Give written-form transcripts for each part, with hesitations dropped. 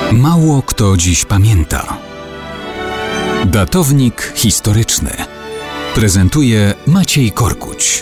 Mało kto dziś pamięta. Datownik historyczny prezentuje Maciej Korkuć.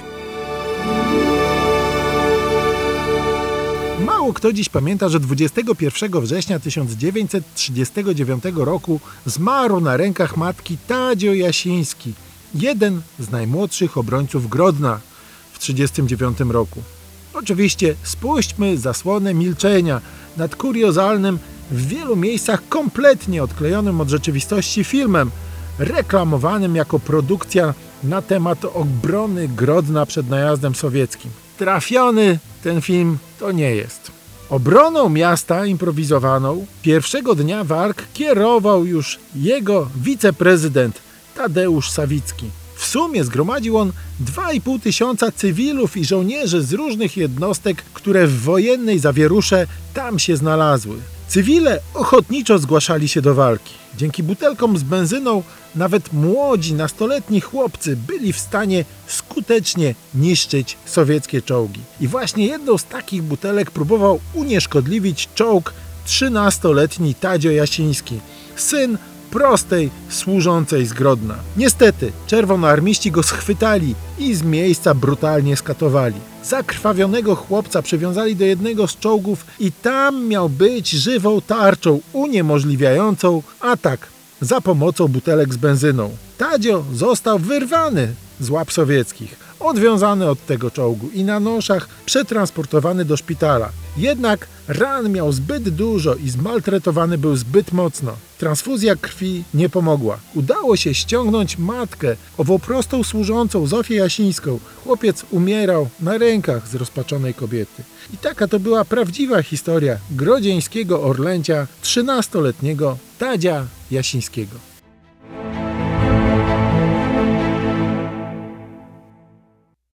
Mało kto dziś pamięta, że 21 września 1939 roku zmarł na rękach matki Tadzio Jasiński, jeden z najmłodszych obrońców Grodna w 1939 roku. Oczywiście spuśćmy zasłonę milczenia nad kuriozalnym, w wielu miejscach kompletnie odklejonym od rzeczywistości filmem, reklamowanym jako produkcja na temat obrony Grodna przed najazdem sowieckim. Trafiony ten film to nie jest. Obroną miasta improwizowaną pierwszego dnia walk kierował już jego wiceprezydent Tadeusz Sawicki. W sumie zgromadził on 2,5 tysiąca cywilów i żołnierzy z różnych jednostek, które w wojennej zawierusze tam się znalazły. Cywile ochotniczo zgłaszali się do walki. Dzięki butelkom z benzyną nawet młodzi, nastoletni chłopcy byli w stanie skutecznie niszczyć sowieckie czołgi. I właśnie jedną z takich butelek próbował unieszkodliwić czołg 13-letni Tadzio Jasiński, syn prostej służącej z Grodna. Niestety czerwonoarmiści go schwytali i z miejsca brutalnie skatowali. Zakrwawionego chłopca przywiązali do jednego z czołgów i tam miał być żywą tarczą uniemożliwiającą atak za pomocą butelek z benzyną. Tadzio został wyrwany z łap sowieckich, odwiązany od tego czołgu i na noszach przetransportowany do szpitala. Jednak ran miał zbyt dużo i zmaltretowany był zbyt mocno. Transfuzja krwi nie pomogła. Udało się ściągnąć matkę, ową prostą służącą Zofię Jasińską. Chłopiec umierał na rękach zrozpaczonej kobiety. I taka to była prawdziwa historia grodzieńskiego orlęcia 13-letniego Tadzia Jasińskiego.